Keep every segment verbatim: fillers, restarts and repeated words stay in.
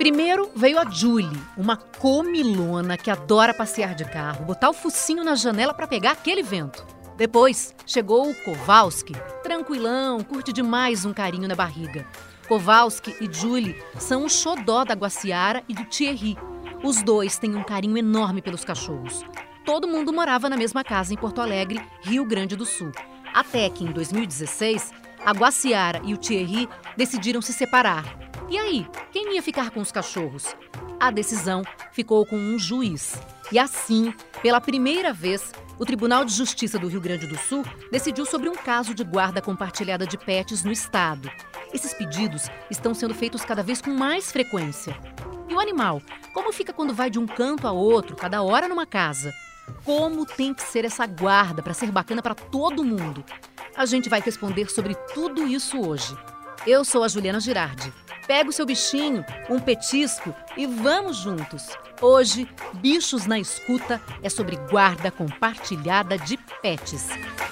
Primeiro veio a Julie, uma comilona que adora passear de carro, botar o focinho na janela para pegar aquele vento. Depois chegou o Kowalski, tranquilão, curte demais um carinho na barriga. Kowalski e Julie são o xodó da Guaciara e do Thierry. Os dois têm um carinho enorme pelos cachorros. Todo mundo morava na mesma casa em Porto Alegre, Rio Grande do Sul. Até que, em dois mil e dezesseis, a Guaciara e o Thierry decidiram se separar. E aí, quem ia ficar com os cachorros? A decisão ficou com um juiz. E assim, pela primeira vez, o Tribunal de Justiça do Rio Grande do Sul decidiu sobre um caso de guarda compartilhada de pets no estado. Esses pedidos estão sendo feitos cada vez com mais frequência. E o animal? Como fica quando vai de um canto a outro, cada hora numa casa? Como tem que ser essa guarda para ser bacana para todo mundo? A gente vai responder sobre tudo isso hoje. Eu sou a Juliana Girardi. Pega o seu bichinho, um petisco e vamos juntos. Hoje, Bichos na Escuta é sobre guarda compartilhada de pets.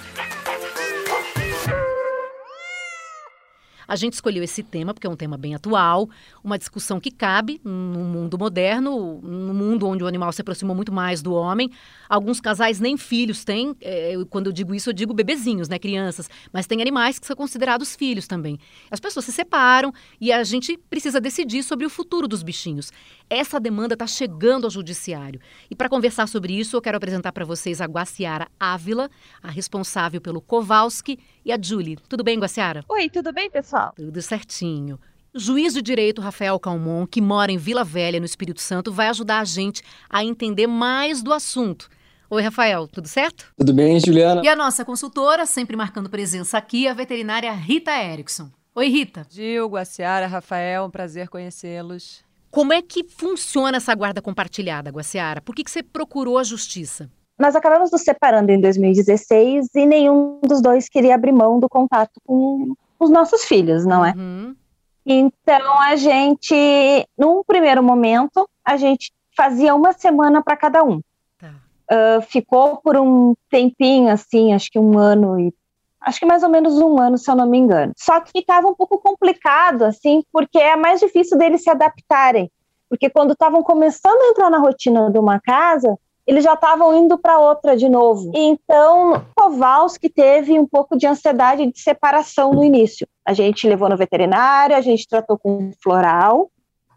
A gente escolheu esse tema porque é um tema bem atual, uma discussão que cabe no mundo moderno, no mundo onde o animal se aproximou muito mais do homem. Alguns casais nem filhos têm, é, quando eu digo isso eu digo bebezinhos, né, crianças, mas tem animais que são considerados filhos também. As pessoas se separam e a gente precisa decidir sobre o futuro dos bichinhos. Essa demanda está chegando ao judiciário. E para conversar sobre isso, eu quero apresentar para vocês a Guaciara Ávila, a responsável pelo Kowalski, e a Julie. Tudo bem, Guaciara? Oi, tudo bem, pessoal? Tudo certinho. O juiz de direito Rafael Calmon, que mora em Vila Velha, no Espírito Santo, vai ajudar a gente a entender mais do assunto. Oi, Rafael, tudo certo? Tudo bem, Juliana? E a nossa consultora, sempre marcando presença aqui, a veterinária Rita Erickson. Oi, Rita. Gil, Guaciara, Rafael, um prazer conhecê-los. Como é que funciona essa guarda compartilhada, Guaciara? Por que que você procurou a justiça? Nós acabamos nos separando em dois mil e dezesseis e nenhum dos dois queria abrir mão do contato com os nossos filhos, não é? Uhum. Então, a gente, num primeiro momento, a gente fazia uma semana para cada um. Tá. Uh, ficou por um tempinho, assim, acho que um ano e... Acho que mais ou menos um ano, se eu não me engano. Só que ficava um pouco complicado, assim, porque é mais difícil deles se adaptarem. Porque quando estavam começando a entrar na rotina de uma casa, eles já estavam indo para outra de novo. Então, Kowalski teve um pouco de ansiedade de separação no início. A gente levou no veterinário, a gente tratou com floral,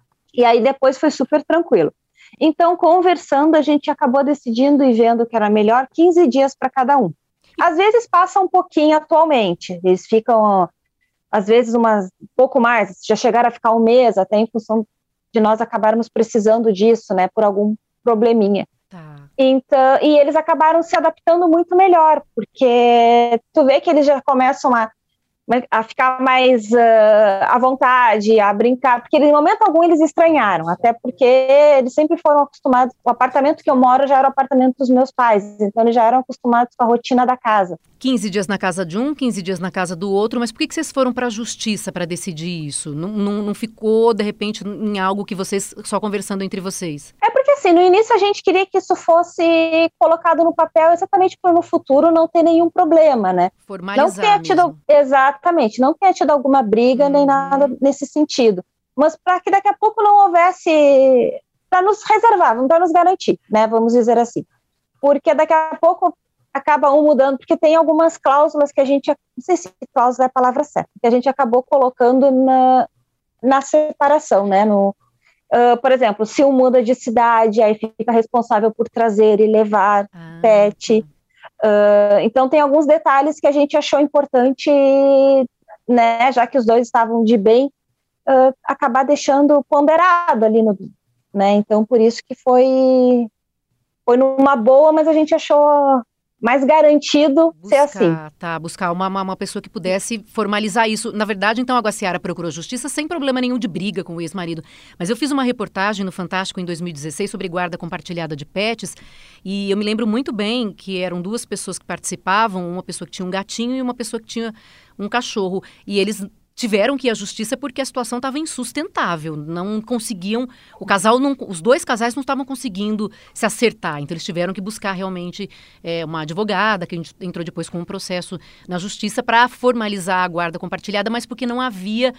e aí depois foi super tranquilo. Então, conversando, a gente acabou decidindo e vendo que era melhor quinze dias para cada um. Às vezes passa um pouquinho atualmente, eles ficam, às vezes, umas, um pouco mais, já chegaram a ficar um mês, até em função de nós acabarmos precisando disso, né, por algum probleminha. Tá. Então, e eles acabaram se adaptando muito melhor, porque tu vê que eles já começam a, a ficar mais uh, à vontade, a brincar, porque em momento algum eles estranharam, até porque eles sempre foram acostumados, o apartamento que eu moro já era o apartamento dos meus pais, então eles já eram acostumados com a rotina da casa. quinze dias na casa de um, quinze dias na casa do outro, mas por que que vocês foram para a justiça para decidir isso? Não, não, não ficou, de repente, em algo que vocês, só conversando entre vocês? É porque, assim, no início a gente queria que isso fosse colocado no papel exatamente para no futuro não ter nenhum problema, né? Formalizar não tenha tido, mesmo. Exatamente, não tenha tido alguma briga Uhum. nem nada nesse sentido. Mas para que daqui a pouco não houvesse, para nos reservar, para nos garantir, né? Vamos dizer assim. Porque daqui a pouco acaba um mudando, porque tem algumas cláusulas que a gente, não sei se cláusula é a palavra certa, que a gente acabou colocando na, na separação, né? No, uh, por exemplo, se um muda de cidade, aí fica responsável por trazer e levar Ah, pet. Uh, então tem alguns detalhes que a gente achou importante, né, já que os dois estavam de bem, uh, acabar deixando ponderado ali no, né, então por isso que foi foi numa boa, mas a gente achou mais garantido buscar, ser assim. Tá, buscar uma, uma, uma pessoa que pudesse formalizar isso. Na verdade, então, a Guaciara procurou justiça sem problema nenhum de briga com o ex-marido. Mas eu fiz uma reportagem no Fantástico em dois mil e dezesseis sobre guarda compartilhada de pets e eu me lembro muito bem que eram duas pessoas que participavam, uma pessoa que tinha um gatinho e uma pessoa que tinha um cachorro. E eles tiveram que ir à justiça porque a situação estava insustentável, não conseguiam, o casal, não, os dois casais não estavam conseguindo se acertar, então eles tiveram que buscar realmente é, uma advogada, que a gente entrou depois com um processo na justiça para formalizar a guarda compartilhada, mas porque não havia,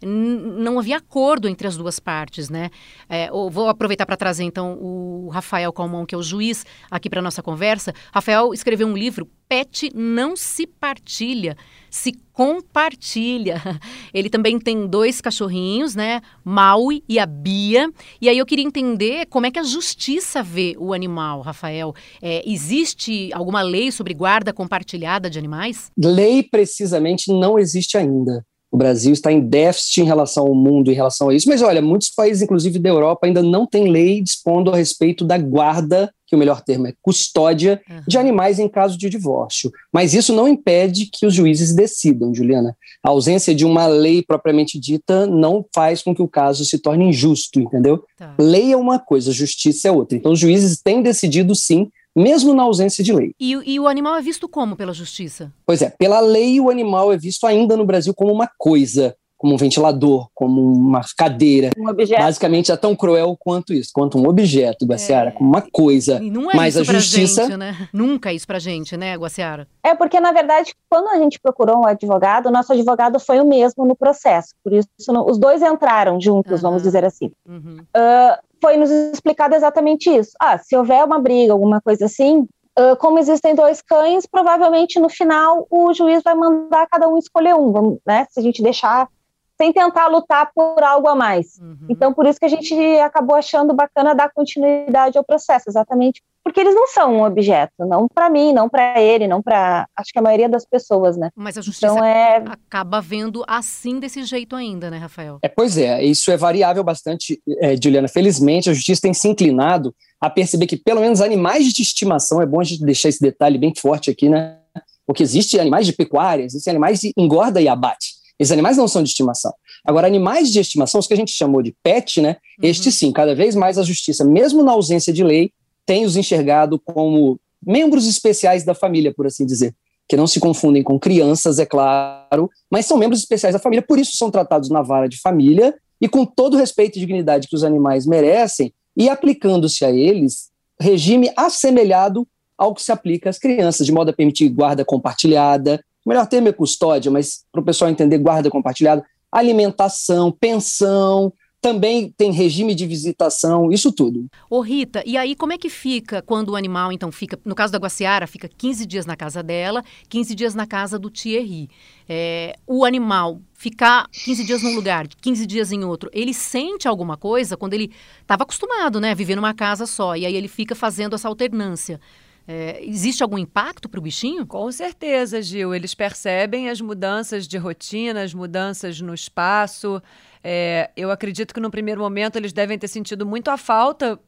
não havia acordo entre as duas partes, né? É, vou aproveitar para trazer então o Rafael Calmon, que é o juiz, aqui para a nossa conversa. Rafael escreveu um livro, Pet Não Se Partilha, Se Compartilha. Ele também tem dois cachorrinhos, né? Maui e a Bia. E aí eu queria entender como é que a justiça vê o animal, Rafael. É, existe alguma lei sobre guarda compartilhada de animais? Lei, precisamente, não existe ainda. O Brasil está em déficit em relação ao mundo, em relação a isso. Mas olha, muitos países, inclusive da Europa, ainda não têm lei dispondo a respeito da guarda, que o melhor termo é custódia, uhum. de animais em caso de divórcio. Mas isso não impede que os juízes decidam, Juliana. A ausência de uma lei propriamente dita não faz com que o caso se torne injusto, entendeu? Tá. Lei é uma coisa, justiça é outra. Então os juízes têm decidido, sim, mesmo na ausência de lei. E, e o animal é visto como pela justiça? Pois é, pela lei o animal é visto ainda no Brasil como uma coisa, como um ventilador, como uma cadeira. Um objeto. Basicamente é tão cruel quanto isso, quanto um objeto, Guaciara, é... como uma coisa. E não é Mas isso a justiça... pra gente, né? Nunca é isso pra gente, né, Guaciara? É porque, na verdade, quando a gente procurou um advogado, o nosso advogado foi o mesmo no processo. Por isso, não... os dois entraram juntos, uhum. vamos dizer assim. Uhum. Uh, foi nos explicado exatamente isso. Ah, se houver uma briga, alguma coisa assim, uh, como existem dois cães, provavelmente no final o juiz vai mandar cada um escolher um, vamos, né? Se a gente deixar, sem tentar lutar por algo a mais. Uhum. Então, por isso que a gente acabou achando bacana dar continuidade ao processo, exatamente porque eles não são um objeto, não para mim, não para ele, não para, acho que a maioria das pessoas, né? Mas a justiça então, é... acaba vendo assim desse jeito ainda, né, Rafael? É, pois é, isso é variável bastante, é, Juliana. Felizmente, a justiça tem se inclinado a perceber que pelo menos animais de estimação, é bom a gente deixar esse detalhe bem forte aqui, né? Porque existem animais de pecuária, existem animais de engorda e abate. Esses animais não são de estimação. Agora, animais de estimação, os que a gente chamou de pet, né? Uhum. Este sim, cada vez mais a justiça, mesmo na ausência de lei, tem os enxergado como membros especiais da família, por assim dizer, que não se confundem com crianças, é claro, mas são membros especiais da família, por isso são tratados na vara de família e com todo o respeito e dignidade que os animais merecem e aplicando-se a eles regime assemelhado ao que se aplica às crianças, de modo a permitir guarda compartilhada, o melhor termo é custódia, mas para o pessoal entender guarda compartilhada, alimentação, pensão, também tem regime de visitação, isso tudo. Ô Rita, e aí como é que fica quando o animal, então, fica, no caso da Guaciara, fica quinze dias na casa dela, quinze dias na casa do Thierry. É, o animal ficar quinze dias num lugar, quinze dias em outro, ele sente alguma coisa quando ele estava acostumado, né, a viver numa casa só, e aí ele fica fazendo essa alternância. É, existe algum impacto para o bichinho? Com certeza, Gil. Eles percebem as mudanças de rotina, as mudanças no espaço. É, eu acredito que no primeiro momento eles devem ter sentido muito a falta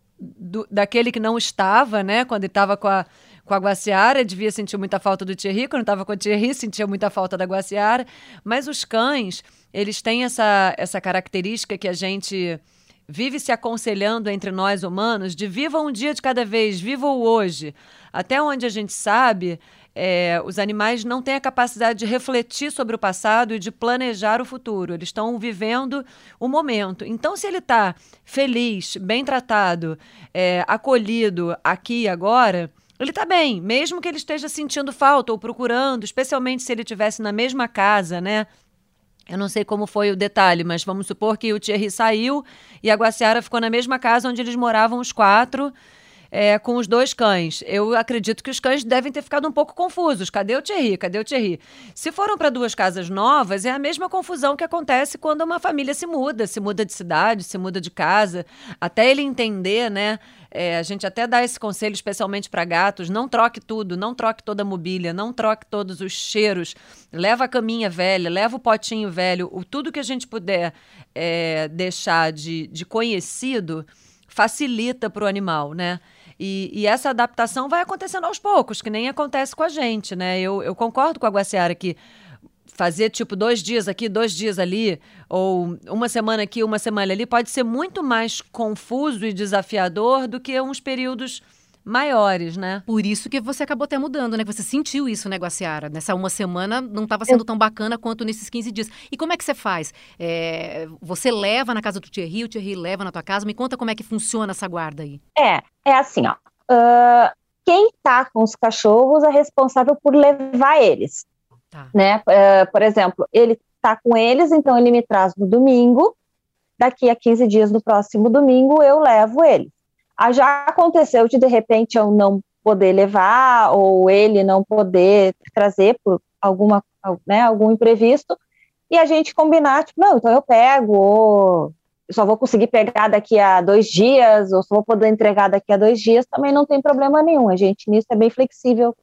do, daquele que não estava, né? Quando ele estava com a, com a Guaciara, devia sentir muita falta do Thierry. Quando estava com o Thierry, sentia muita falta da Guaciara. Mas os cães, eles têm essa, essa característica que a gente vive se aconselhando entre nós humanos de viva um dia de cada vez, viva o hoje. Até onde a gente sabe, é, os animais não têm a capacidade de refletir sobre o passado e de planejar o futuro. Eles estão vivendo o momento. Então, se ele está feliz, bem tratado, é, acolhido aqui e agora, ele está bem, mesmo que ele esteja sentindo falta ou procurando, especialmente se ele estivesse na mesma casa, né? Eu não sei como foi o detalhe, mas vamos supor que o Thierry saiu e a Guaciara ficou na mesma casa onde eles moravam os quatro, é, com os dois cães. Eu acredito que os cães devem ter ficado um pouco confusos. Cadê o Thierry? Cadê o Thierry? Se foram para duas casas novas, é a mesma confusão que acontece quando uma família se muda, se muda de cidade, se muda de casa, até ele entender, né? É, a gente até dá esse conselho especialmente para gatos, não troque tudo, não troque toda a mobília, não troque todos os cheiros, leva a caminha velha, leva o potinho velho, o, tudo que a gente puder é, deixar de, de conhecido facilita para o animal, né? E, e essa adaptação vai acontecendo aos poucos, que nem acontece com a gente, né? Eu, eu concordo com a Guaciara que fazer tipo dois dias aqui, dois dias ali, ou uma semana aqui, uma semana ali, pode ser muito mais confuso e desafiador do que uns períodos maiores, né? Por isso que você acabou até mudando, né? Que você sentiu isso, né, Guaciara? Nessa uma semana não estava sendo tão bacana quanto nesses quinze dias. E como é que você faz? É, você leva na casa do Thierry, o Thierry leva na tua casa? Me conta como é que funciona essa guarda aí. É, é assim, ó. Uh, quem tá com os cachorros é responsável por levar eles. Tá. Né? Uh, por exemplo, ele tá com eles, então ele me traz no domingo. Daqui a quinze dias, no próximo domingo, eu levo ele. Ah, já aconteceu de, de repente, eu não poder levar, ou ele não poder trazer por alguma, né, algum imprevisto, e a gente combinar, tipo, não, então eu pego, ou eu só vou conseguir pegar daqui a dois dias, ou só vou poder entregar daqui a dois dias, também não tem problema nenhum. A gente, nisso, é bem flexível,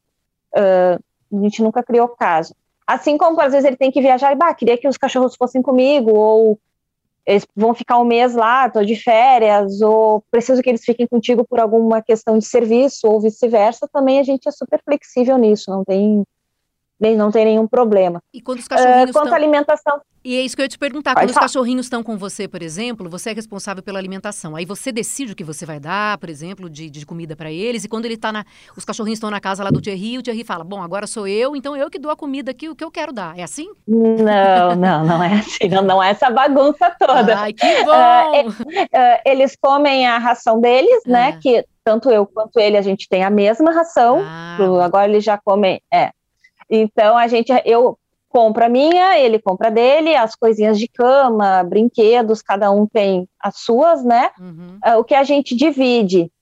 uh, a gente nunca criou caso. Assim como, às vezes, ele tem que viajar e, bah, queria que os cachorros fossem comigo, ou eles vão ficar um mês lá, estou de férias, ou preciso que eles fiquem contigo por alguma questão de serviço, ou vice-versa, também a gente é super flexível nisso, não tem, nem, não tem nenhum problema. E quando os cachorrinhos uh, quanto estão... à alimentação... E é isso que eu ia te perguntar, Pode quando falar. Os cachorrinhos estão com você, por exemplo, você é responsável pela alimentação, aí você decide o que você vai dar, por exemplo, de, de comida para eles, e quando ele tá na, os cachorrinhos estão na casa lá do Thierry, o Thierry fala, bom, agora sou eu, então eu que dou a comida aqui, o que eu quero dar, é assim? Não, não, não é assim, não, não é essa bagunça toda. Ai, que bom! Uh, uh, eles comem a ração deles, ah. né, que tanto eu quanto ele, a gente tem a mesma ração, ah. agora eles já comem, é, então a gente, eu... compra a minha, ele compra dele, as coisinhas de cama, brinquedos, cada um tem as suas, né? Uhum. Uh, o que a gente divide,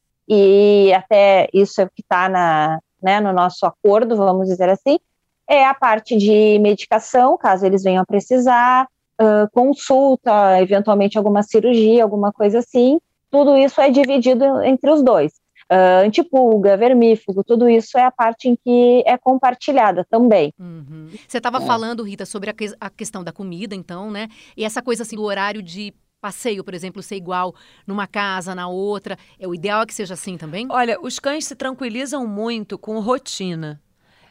e até isso é o que está na, né, no nosso acordo, vamos dizer assim, é a parte de medicação, caso eles venham a precisar, uh, consulta, eventualmente alguma cirurgia, alguma coisa assim, tudo isso é dividido entre os dois. Uh, antipulga, vermífugo, tudo isso é a parte em que é compartilhada também. Uhum. Você estava é. falando, Rita, sobre a, que, a questão da comida, então, né? E essa coisa assim do horário de passeio, por exemplo, ser igual numa casa, na outra. É, o ideal é que seja assim também? Olha, os cães se tranquilizam muito com rotina.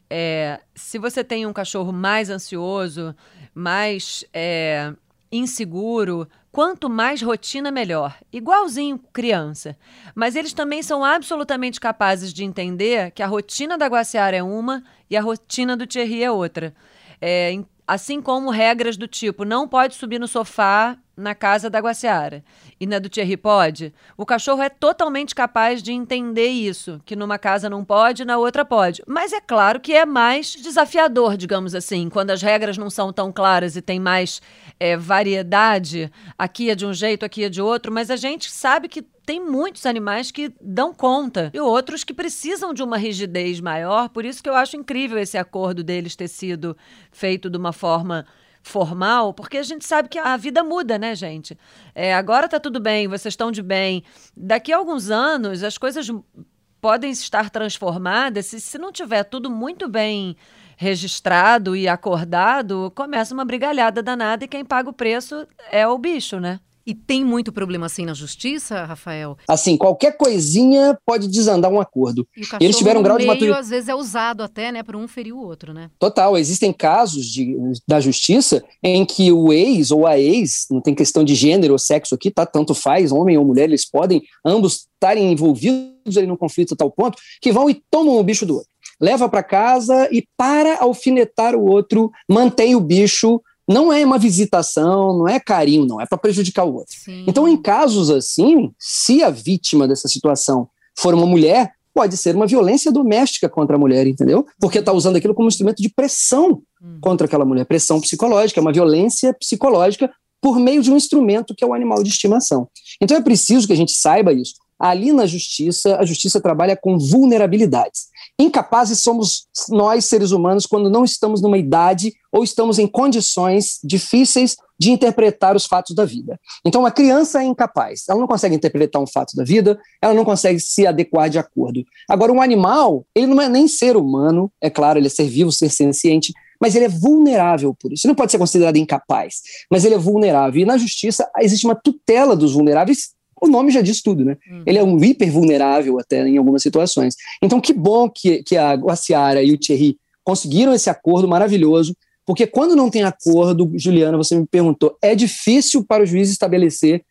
É, se você tem um cachorro mais ansioso, mais é, inseguro, quanto mais rotina, melhor. Igualzinho criança. Mas eles também são absolutamente capazes de entender que a rotina da Guaciara é uma e a rotina do Thierry é outra. É, assim como regras do tipo, não pode subir no sofá na casa da Guaciara e na do Thierry pode, o cachorro é totalmente capaz de entender isso, que numa casa não pode, na outra pode. Mas é claro que é mais desafiador, digamos assim, quando as regras não são tão claras e tem mais é, variedade, aqui é de um jeito, aqui é de outro, mas a gente sabe que tem muitos animais que dão conta e outros que precisam de uma rigidez maior, por isso que eu acho incrível esse acordo deles ter sido feito de uma forma formal, porque a gente sabe que a vida muda, né, gente? É, agora tá tudo bem, vocês estão de bem. Daqui a alguns anos, as coisas podem estar transformadas. Se, se não tiver tudo muito bem registrado e acordado, começa uma brigalhada danada e quem paga o preço é o bicho, né? E tem muito problema assim na justiça, Rafael? Assim, qualquer coisinha pode desandar um acordo. E o cachorro eles tiveram um grau meio, de maturidade. Às vezes é usado até, né, para um ferir o outro, né? Total, existem casos de, da justiça em que o ex ou a ex, não tem questão de gênero ou sexo aqui, tá? Tanto faz, homem ou mulher, eles podem ambos estarem envolvidos ali num conflito a tal ponto que vão e tomam o bicho do outro. Leva para casa e, para alfinetar o outro, mantém o bicho. Não é uma visitação, não é carinho, não, é para prejudicar o outro. Sim. Então, em casos assim, se a vítima dessa situação for uma mulher, pode ser uma violência doméstica contra a mulher, entendeu? Porque está usando aquilo como instrumento de pressão uhum. contra aquela mulher, pressão psicológica, uma violência psicológica por meio de um instrumento que é o animal de estimação. Então é preciso que a gente saiba isso. Ali na justiça, a justiça trabalha com vulnerabilidades. Incapazes somos nós, seres humanos, quando não estamos numa idade ou estamos em condições difíceis de interpretar os fatos da vida. Então, uma criança é incapaz, ela não consegue interpretar um fato da vida, ela não consegue se adequar de acordo. Agora, um animal, ele não é nem ser humano, é claro, ele é ser vivo, ser senciente, mas ele é vulnerável por isso. Ele não pode ser considerado incapaz, mas ele é vulnerável. E na justiça existe uma tutela dos vulneráveis. O nome já diz tudo, né? Uhum. Ele é um hiper vulnerável até em algumas situações. Então, que bom que, que a Guaciara e o Thierry conseguiram esse acordo maravilhoso, porque quando não tem acordo, Juliana, você me perguntou, é difícil para o juiz estabelecer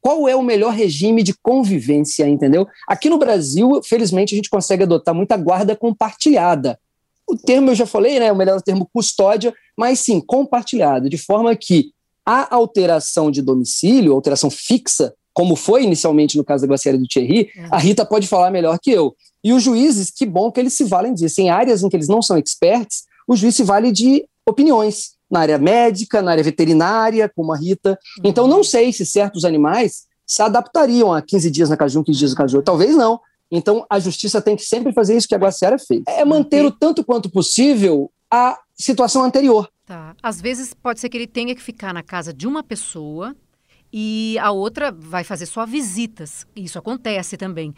qual é o melhor regime de convivência, entendeu? Aqui no Brasil, felizmente, a gente consegue adotar muita guarda compartilhada. O termo eu já falei, né? O melhor é o termo custódia, mas sim, compartilhado, de forma que a alteração de domicílio, alteração fixa, como foi inicialmente no caso da Guaciara e do Thierry, uhum. a Rita pode falar melhor que eu. E os juízes, que bom que eles se valem disso. Em áreas em que eles não são experts, o juiz se vale de opiniões, na área médica, na área veterinária, como a Rita. Uhum. Então, não sei se certos animais se adaptariam a quinze dias na casa de um, quinze dias na casa de outro. Talvez não. Então, a justiça tem que sempre fazer isso que a Guaciara fez. É manter o tanto quanto possível a situação anterior. Tá. Às vezes, pode ser que ele tenha que ficar na casa de uma pessoa e a outra vai fazer só visitas. Isso acontece também.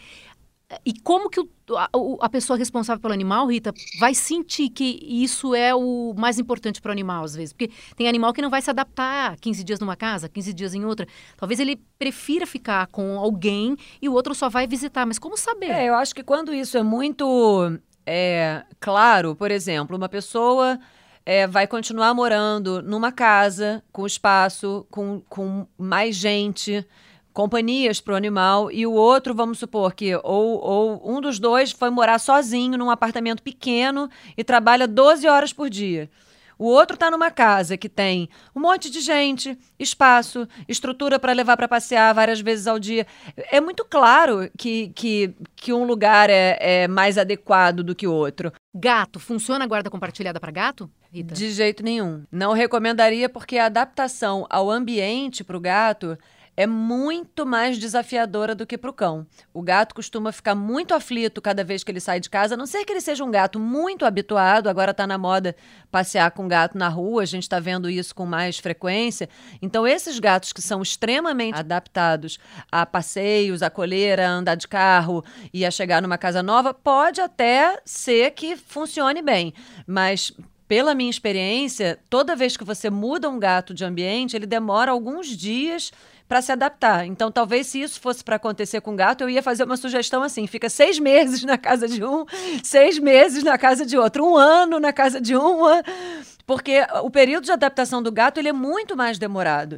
E como que o, a, a pessoa responsável pelo animal, Rita, vai sentir que isso é o mais importante para o animal, às vezes? Porque tem animal que não vai se adaptar quinze dias numa casa, quinze dias em outra. Talvez ele prefira ficar com alguém e o outro só vai visitar. Mas como saber? É, eu acho que quando isso é muito é, claro, por exemplo, uma pessoa é, vai continuar morando numa casa com espaço, com, com mais gente, companhias para o animal, e o outro, vamos supor que ou, ou um dos dois foi morar sozinho num apartamento pequeno e trabalha doze horas por dia. O outro está numa casa que tem um monte de gente, espaço, estrutura para levar para passear várias vezes ao dia. É muito claro que, que, que um lugar é, é mais adequado do que o outro. Gato, funciona a guarda compartilhada para gato, Rita? De jeito nenhum. Não recomendaria, porque a adaptação ao ambiente para o gato é muito mais desafiadora do que para o cão. O gato costuma ficar muito aflito cada vez que ele sai de casa, a não ser que ele seja um gato muito habituado. Agora está na moda passear com gato na rua, a gente está vendo isso com mais frequência. Então, esses gatos que são extremamente adaptados a passeios, a coleira, a andar de carro e a chegar numa casa nova, pode até ser que funcione bem, mas pela minha experiência, toda vez que você muda um gato de ambiente, ele demora alguns dias para se adaptar. Então, talvez se isso fosse para acontecer com gato, eu ia fazer uma sugestão assim: fica seis meses na casa de um, seis meses na casa de outro, um ano na casa de uma, porque o período de adaptação do gato ele é muito mais demorado.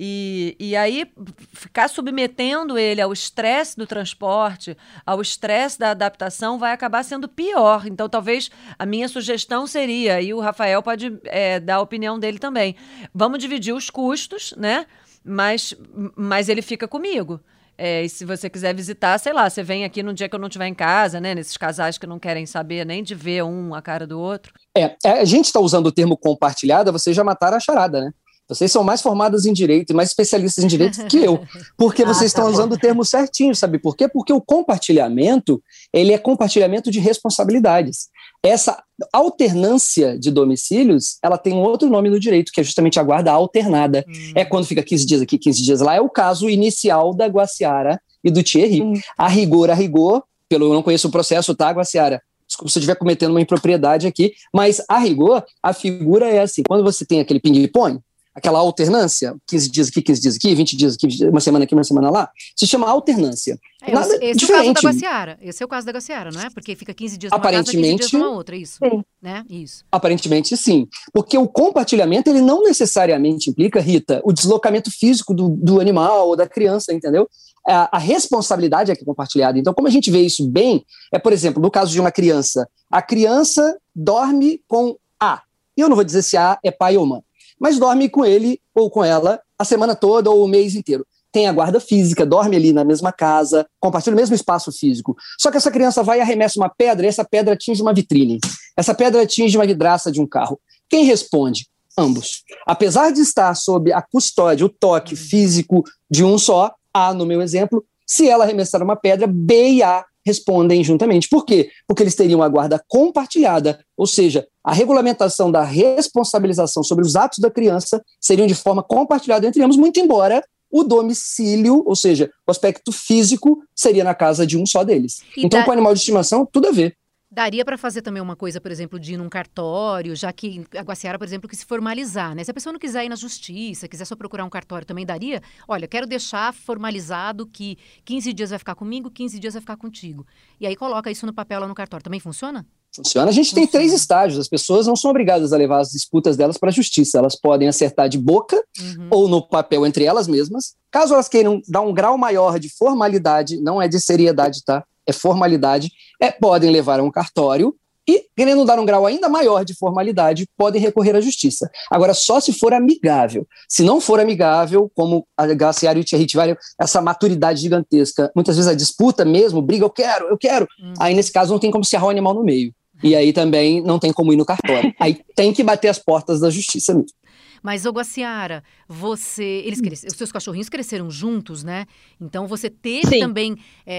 E, e aí, ficar submetendo ele ao estresse do transporte, ao estresse da adaptação, vai acabar sendo pior. Então, talvez a minha sugestão seria, e o Rafael pode é, dar a opinião dele também, vamos dividir os custos, né? Mas, mas ele fica comigo. É, e se você quiser visitar, sei lá, você vem aqui no dia que eu não estiver em casa, né? Nesses casais que não querem saber nem de ver um a cara do outro. É, a gente está usando o termo compartilhada, vocês já mataram a charada, né? Vocês são mais formadas em direito e mais especialistas em direito que eu, porque ah, vocês tá estão bom. usando o termo certinho, sabe por quê? Porque o compartilhamento, ele é compartilhamento de responsabilidades. Essa alternância de domicílios, ela tem um outro nome no direito, que é justamente a guarda alternada. Hum. É quando fica quinze dias aqui, quinze dias lá. É o caso inicial da Guaciara e do Thierry. Hum. A rigor, a rigor, pelo eu não conheço o processo, tá, Guaciara? Desculpa se eu estiver cometendo uma impropriedade aqui, mas a rigor, a figura é assim, quando você tem aquele ping-pong, aquela alternância, quinze dias aqui, quinze dias aqui, vinte dias aqui, uma semana aqui, uma semana lá, se chama alternância. É, Nada esse diferente. É o caso da Guaciara. Esse é o caso da Guaciara, não é? Porque fica quinze dias numa casa, quinze dias numa outra, isso. Sim. Né? Isso. Aparentemente, sim. Porque o compartilhamento, ele não necessariamente implica, Rita, o deslocamento físico do, do animal ou da criança, entendeu? A, a responsabilidade é que é compartilhada. Então, como a gente vê isso bem, é, por exemplo, no caso de uma criança, a criança dorme com A. E eu não vou dizer se A é pai ou mãe, mas dorme com ele ou com ela a semana toda ou o mês inteiro. Tem a guarda física, dorme ali na mesma casa, compartilha o mesmo espaço físico. Só que essa criança vai e arremessa uma pedra e essa pedra atinge uma vitrine. Essa pedra atinge uma vidraça de um carro. Quem responde? Ambos. Apesar de estar sob a custódia, o toque físico de um só, A, no meu exemplo, se ela arremessar uma pedra, B e A respondem juntamente. Por quê? Porque eles teriam a guarda compartilhada, ou seja, a regulamentação da responsabilização sobre os atos da criança seriam de forma compartilhada entre ambos, muito embora o domicílio, ou seja, o aspecto físico, seria na casa de um só deles. E então, da... com o animal de estimação, tudo a ver. Daria para fazer também uma coisa, por exemplo, de ir num cartório, já que a Guaciara, por exemplo, quis se formalizar, né? Se a pessoa não quiser ir na justiça, quiser só procurar um cartório, também daria? Olha, quero deixar formalizado que quinze dias vai ficar comigo, quinze dias vai ficar contigo. E aí coloca isso no papel lá no cartório. Também funciona? Funciona. A gente tem três estágios. As pessoas não são obrigadas a levar as disputas delas para a justiça. Elas podem acertar de boca uhum. ou no papel entre elas mesmas. Caso elas queiram dar um grau maior de formalidade, não é de seriedade, tá? É formalidade. É, podem levar a um cartório e, querendo dar um grau ainda maior de formalidade, podem recorrer à justiça. Agora, só se for amigável. Se não for amigável, como a Graciara e o Thierry tiveram essa maturidade gigantesca, muitas vezes a disputa mesmo, briga, eu quero, eu quero. Uhum. Aí, nesse caso, não tem como se arrar o animal no meio. E aí também não tem como ir no cartório. Aí tem que bater as portas da justiça mesmo. Mas, ô Guaciara, você, eles cres... os seus cachorrinhos cresceram juntos, né? Então você teve Sim. também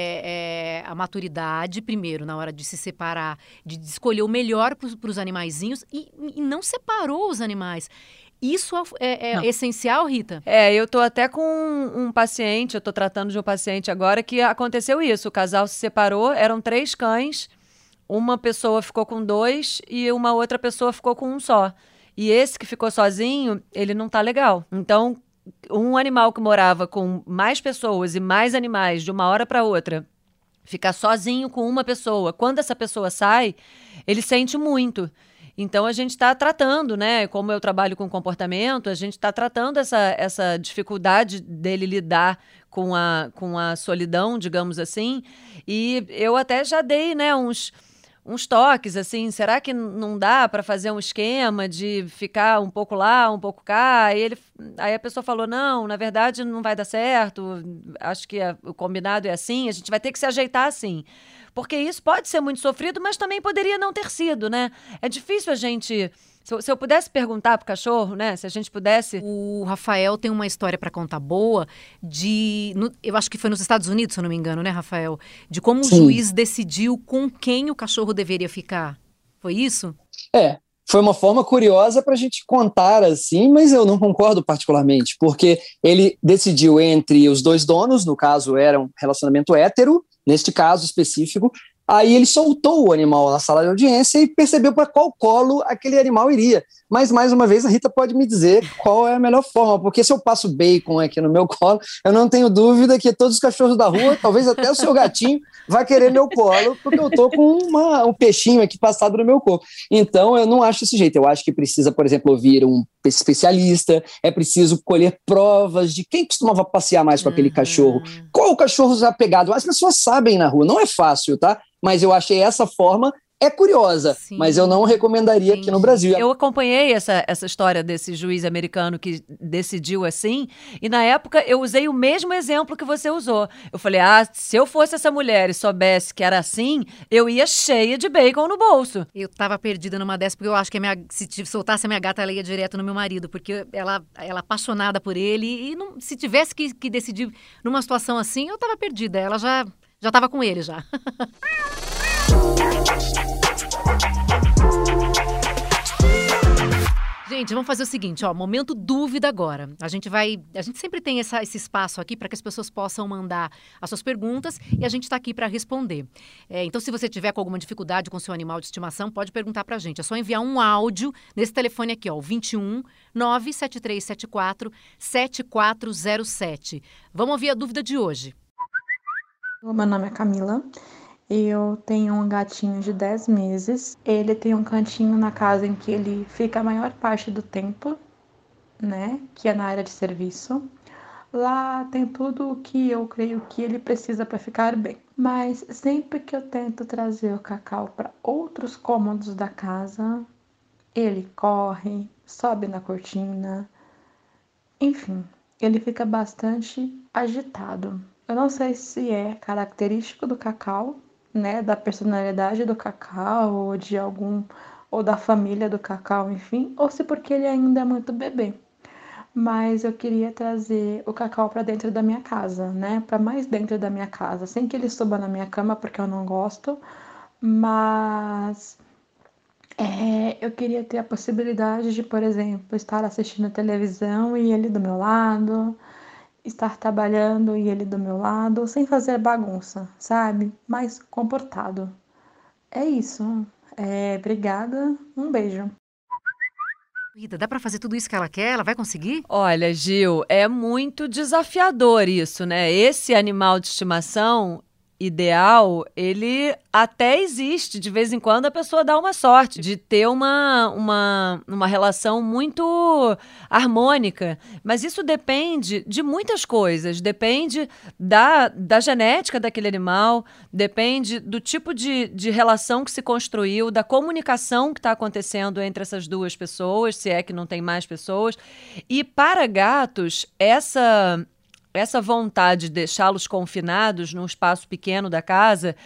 é, é, a maturidade, primeiro, na hora de se separar, de escolher o melhor para os animaizinhos e, e não separou os animais. Isso é, é essencial, Rita? É, eu tô até com um, um paciente, eu tô tratando de um paciente agora que aconteceu isso. O casal se separou, eram três cães. Uma pessoa ficou com dois e uma outra pessoa ficou com um só. E esse que ficou sozinho, ele não tá legal. Então, um animal que morava com mais pessoas e mais animais de uma hora para outra, ficar sozinho com uma pessoa, quando essa pessoa sai, ele sente muito. Então, a gente está tratando, né? Como eu trabalho com comportamento, a gente está tratando essa, essa dificuldade dele lidar com a, com a solidão, digamos assim. E eu até já dei, né, uns... uns toques, assim, será que não dá para fazer um esquema de ficar um pouco lá, um pouco cá? Aí, ele, aí a pessoa falou, não, na verdade não vai dar certo, acho que a, o combinado é assim, a gente vai ter que se ajeitar assim. Porque isso pode ser muito sofrido, mas também poderia não ter sido, né? É difícil a gente... Se eu, se eu pudesse perguntar pro cachorro, né? Se a gente pudesse... O Rafael tem uma história para contar boa de... No, eu acho que foi nos Estados Unidos, se eu não me engano, né, Rafael? De como Sim. o juiz decidiu com quem o cachorro deveria ficar. Foi isso? É. Foi uma forma curiosa para a gente contar assim, mas eu não concordo particularmente, porque ele decidiu entre os dois donos, no caso era um relacionamento hétero, neste caso específico. Aí ele soltou o animal na sala de audiência e percebeu para qual colo aquele animal iria. Mas, mais uma vez, a Rita pode me dizer qual é a melhor forma, porque se eu passo bacon aqui no meu colo, eu não tenho dúvida que todos os cachorros da rua, talvez até o seu gatinho, vai querer meu colo, porque eu tô com uma, um peixinho aqui passado no meu corpo. Então, eu não acho desse jeito. Eu acho que precisa, por exemplo, ouvir um especialista, é preciso colher provas de quem costumava passear mais com aquele uhum. cachorro, qual o cachorro apegado. As pessoas sabem na rua, não é fácil, tá? Mas eu achei essa forma é curiosa, Sim. mas eu não recomendaria Entendi. Aqui no Brasil. Eu acompanhei essa, essa história desse juiz americano que decidiu assim, e na época eu usei o mesmo exemplo que você usou. Eu falei, ah, se eu fosse essa mulher e soubesse que era assim, eu ia cheia de bacon no bolso. Eu tava perdida numa dessas, porque eu acho que a minha, se soltasse a minha gata, ela ia direto no meu marido, porque ela, ela é apaixonada por ele, e não, se tivesse que, que decidir numa situação assim, eu tava perdida. Ela já, já tava com ele, já. Gente, vamos fazer o seguinte, ó, momento dúvida agora. A gente vai, a gente sempre tem essa, esse espaço aqui para que as pessoas possam mandar as suas perguntas e a gente está aqui para responder. É, então, se você tiver com alguma dificuldade com seu animal de estimação, pode perguntar para a gente. É só enviar um áudio nesse telefone aqui, ó, vinte e um, nove sete três sete quatro, sete quatro zero sete. Vamos ouvir a dúvida de hoje. Meu nome é Camila. Eu tenho um gatinho de dez meses. Ele tem um cantinho na casa em que ele fica a maior parte do tempo, né? Que é na área de serviço. Lá tem tudo o que eu creio que ele precisa para ficar bem. Mas sempre que eu tento trazer o Cacau para outros cômodos da casa, ele corre, sobe na cortina. Enfim, ele fica bastante agitado. Eu não sei se é característico do Cacau, né, da personalidade do Cacau, ou de algum, ou da família do Cacau, enfim, ou se porque ele ainda é muito bebê. Mas eu queria trazer o Cacau para dentro da minha casa, né, para mais dentro da minha casa, sem que ele suba na minha cama, porque eu não gosto, mas é, eu queria ter a possibilidade de, por exemplo, estar assistindo televisão e ele do meu lado, estar trabalhando e ele do meu lado, sem fazer bagunça, sabe? Mais comportado. É isso. É, obrigada. Um beijo. Rita, dá pra fazer tudo isso que ela quer? Ela vai conseguir? Olha, Gil, é muito desafiador isso, né? Esse animal de estimação ideal, ele até existe. De vez em quando a pessoa dá uma sorte de ter uma, uma, uma relação muito harmônica. Mas isso depende de muitas coisas. Depende da, da genética daquele animal, depende do tipo de, de relação que se construiu, da comunicação que está acontecendo entre essas duas pessoas, se é que não tem mais pessoas. E para gatos, essa... essa vontade de deixá-los confinados num espaço pequeno da casa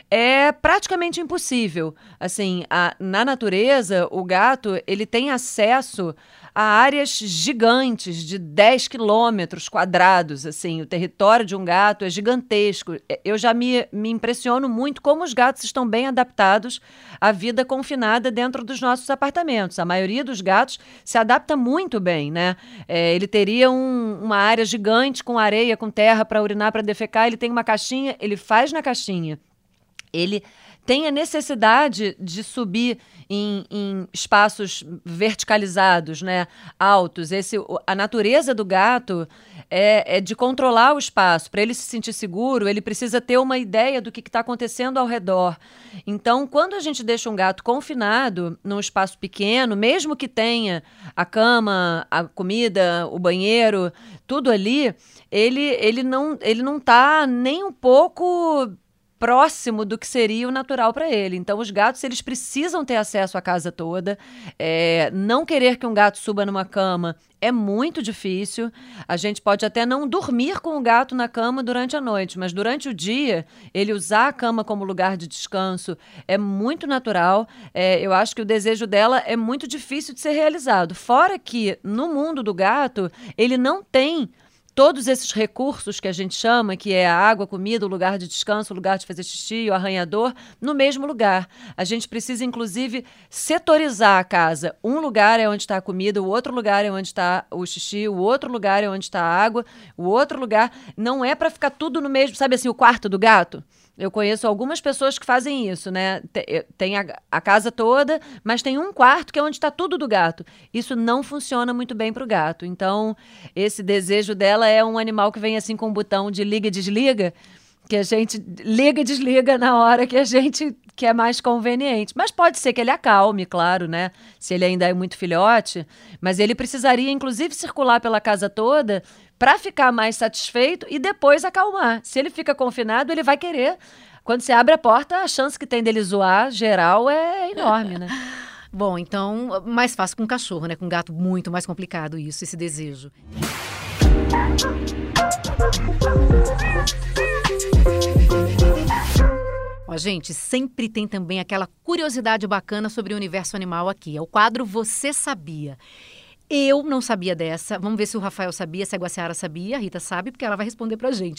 é praticamente impossível. Assim, a, na natureza, o gato ele tem acesso a áreas gigantes de dez quilômetros quadrados. Assim, o território de um gato é gigantesco. Eu já me, me impressiono muito como os gatos estão bem adaptados à vida confinada dentro dos nossos apartamentos. A maioria dos gatos se adapta muito bem, né? É, ele teria um, uma área gigante com areia, com terra para urinar, para defecar. Ele tem uma caixinha, ele faz na caixinha. Ele tem a necessidade de subir em, em espaços verticalizados, né, altos. Esse, a natureza do gato é, é de controlar o espaço. Para ele se sentir seguro, ele precisa ter uma ideia do que está acontecendo ao redor. Então, quando a gente deixa um gato confinado num espaço pequeno, mesmo que tenha a cama, a comida, o banheiro, tudo ali, ele, ele não ele não está nem um pouco próximo do que seria o natural para ele. Então, os gatos, eles precisam ter acesso à casa toda. É, não querer que um gato suba numa cama é muito difícil. A gente pode até não dormir com o gato na cama durante a noite, mas durante o dia, ele usar a cama como lugar de descanso é muito natural. É, eu acho que o desejo dela é muito difícil de ser realizado. Fora que, no mundo do gato, ele não tem todos esses recursos que a gente chama, que é a água, a comida, o lugar de descanso, o lugar de fazer xixi, o arranhador, no mesmo lugar. A gente precisa, inclusive, setorizar a casa. Um lugar é onde está a comida, o outro lugar é onde está o xixi, o outro lugar é onde está a água, o outro lugar não é para ficar tudo no mesmo, sabe assim, o quarto do gato? Eu conheço algumas pessoas que fazem isso, né? Tem a, a casa toda, mas tem um quarto que é onde está tudo do gato. Isso não funciona muito bem para o gato. Então, esse desejo dela é um animal que vem assim com um botão de liga e desliga, que a gente liga e desliga na hora que a gente quer mais conveniente. Mas pode ser que ele acalme, claro, né? Se ele ainda é muito filhote. Mas ele precisaria, inclusive, circular pela casa toda para ficar mais satisfeito e depois acalmar. Se ele fica confinado, ele vai querer. Quando você abre a porta, a chance que tem dele zoar geral é enorme, né? Bom, então, mais fácil com um cachorro, né? Com um gato, muito mais complicado isso, esse desejo. Ó, gente, sempre tem também aquela curiosidade bacana sobre o universo animal aqui. É o quadro Você Sabia? Eu não sabia dessa. Vamos ver se o Rafael sabia, se a Guaciara sabia. A Rita sabe, porque ela vai responder pra gente.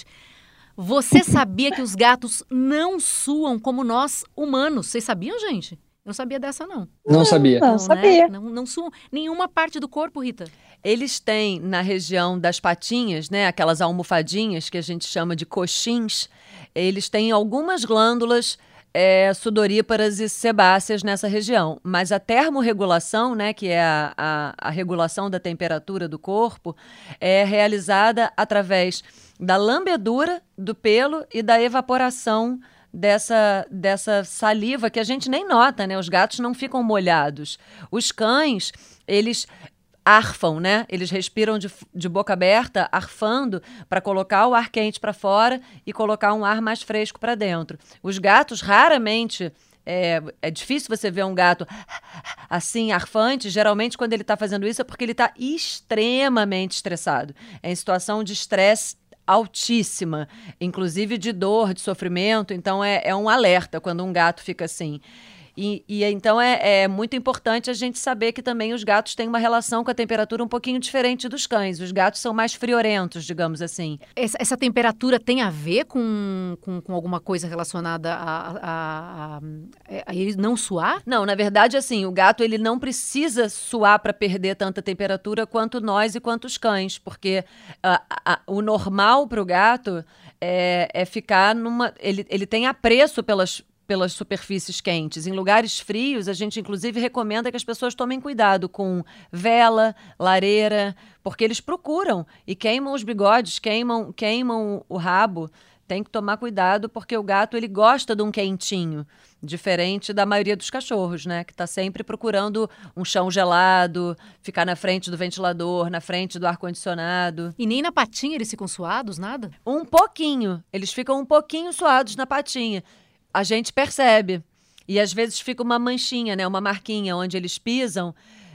Você sabia que os gatos não suam como nós, humanos? Vocês sabiam, gente? Eu não sabia dessa, não. Não sabia. Não, sabia. Né? Não, não suam nenhuma parte do corpo, Rita. Eles têm na região das patinhas, né, aquelas almofadinhas que a gente chama de coxins, eles têm algumas glândulas É, sudoríparas e sebáceas nessa região. Mas a termorregulação, né, que é a, a, a regulação da temperatura do corpo, é realizada através da lambedura do pelo e da evaporação dessa, dessa saliva que a gente nem nota, né? Os gatos não ficam molhados. Os cães, eles arfam, né? Eles respiram de, de boca aberta, arfando, para colocar o ar quente para fora e colocar um ar mais fresco para dentro. Os gatos, raramente, é, é difícil você ver um gato assim, arfante. Geralmente, quando ele está fazendo isso, é porque ele está extremamente estressado. É em situação de estresse altíssima, inclusive de dor, de sofrimento. Então, é, é um alerta quando um gato fica assim. E, e então é, é muito importante a gente saber que também os gatos têm uma relação com a temperatura um pouquinho diferente dos cães. Os gatos são mais friorentos, digamos assim. Essa, essa temperatura tem a ver com, com, com alguma coisa relacionada a, a, a, a ele não suar? Não, na verdade, assim, o gato ele não precisa suar para perder tanta temperatura quanto nós e quanto os cães, porque a, a, o normal para o gato é, é ficar numa... Ele, ele tem apreço pelas pelas superfícies quentes. Em lugares frios, a gente inclusive recomenda que as pessoas tomem cuidado com vela, lareira, porque eles procuram e queimam os bigodes, queimam, queimam o rabo tem que tomar cuidado porque o gato ele gosta de um quentinho, diferente da maioria dos cachorros, né? Que tá sempre procurando um chão gelado, ficar na frente do ventilador, na frente do ar-condicionado. E nem na patinha eles ficam suados, nada? Um pouquinho. Eles ficam um pouquinho suados na patinha. A gente percebe. E às vezes fica uma manchinha, né? Uma marquinha onde eles pisam,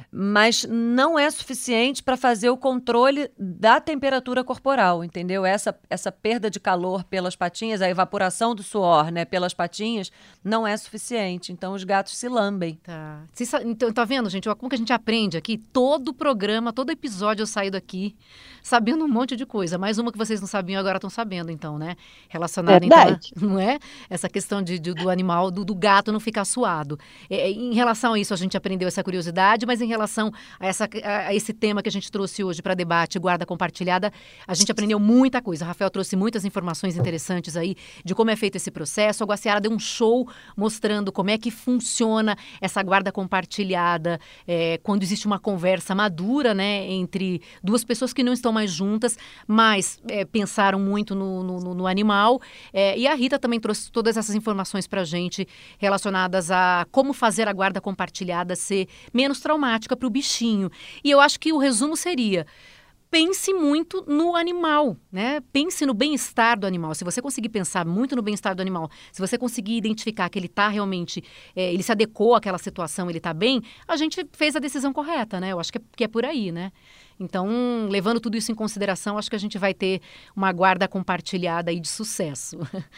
mas não é suficiente para fazer o controle da temperatura corporal, entendeu? Essa, essa perda de calor pelas patinhas, a evaporação do suor, né, pelas patinhas, não é suficiente. Então, os gatos se lambem. Tá. Então, tá vendo, gente? Como que a gente aprende aqui? Todo programa, todo episódio eu saio daqui sabendo um monte de coisa. Mais uma que vocês não sabiam, agora estão sabendo, então, né? Relacionada, então, não é? Essa questão de, de, do animal, do, do gato não ficar suado. É, em relação a isso, a gente aprendeu essa curiosidade, mas em relação relação a, essa, a esse tema que a gente trouxe hoje para debate, guarda compartilhada, a gente aprendeu muita coisa. O Rafael trouxe muitas informações interessantes aí de como é feito esse processo. A Guaciara deu um show mostrando como é que funciona essa guarda compartilhada é, quando existe uma conversa madura, né, entre duas pessoas que não estão mais juntas, mas é, pensaram muito no, no, no animal. É, e a Rita também trouxe todas essas informações para a gente relacionadas a como fazer a guarda compartilhada ser menos traumática para o bichinho. E eu acho que o resumo seria: pense muito no animal, né? Pense no bem-estar do animal. Se você conseguir pensar muito no bem-estar do animal, se você conseguir identificar que ele está realmente, é, ele se adequou àquela situação, ele está bem, a gente fez a decisão correta, né? Eu acho que é, que é por aí, né? Então, levando tudo isso em consideração, acho que a gente vai ter uma guarda compartilhada aí de sucesso.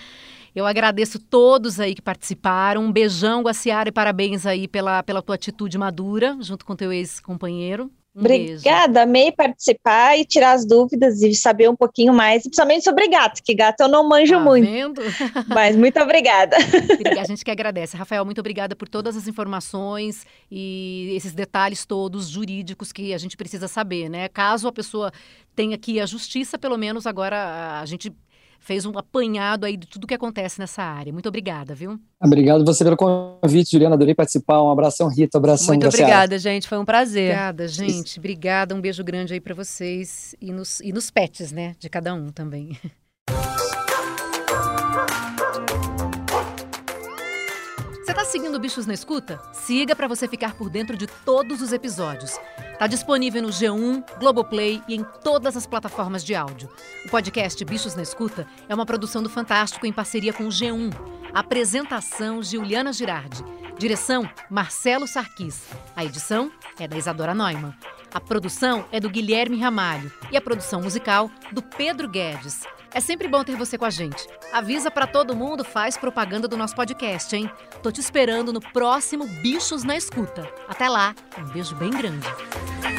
Eu agradeço todos aí que participaram. Um beijão, Guaciara, e parabéns aí pela, pela tua atitude madura, junto com teu ex-companheiro. Um Obrigada, beijo. Amei participar e tirar as dúvidas e saber um pouquinho mais, principalmente sobre gato, que gato eu não manjo tá muito. Vendo? Mas muito obrigada. A gente que agradece. Rafael, muito obrigada por todas as informações e esses detalhes todos jurídicos que a gente precisa saber, né? Caso a pessoa tenha que ir à justiça, pelo menos agora a gente fez um apanhado aí de tudo que acontece nessa área. Muito obrigada, viu? Obrigado você pelo convite, Juliana. Adorei participar. Um abração, Rita. Um abração, Muito Guaciara. obrigada, gente. Foi um prazer. Obrigada, gente. Obrigada. Um beijo grande aí para vocês e nos, e nos pets, né? De cada um também. Você tá seguindo Bichos na Escuta? Siga para você ficar por dentro de todos os episódios. Tá disponível no G um, Globoplay e em todas as plataformas de áudio. O podcast Bichos na Escuta é uma produção do Fantástico em parceria com o G um. Apresentação: Juliana Girardi. Direção: Marcelo Sarquis. A edição é da Isadora Neumann. A produção é do Guilherme Ramalho e a produção musical do Pedro Guedes. É sempre bom ter você com a gente. Avisa pra todo mundo, faz propaganda do nosso podcast, hein? Tô te esperando no próximo Bichos na Escuta. Até lá, um beijo bem grande.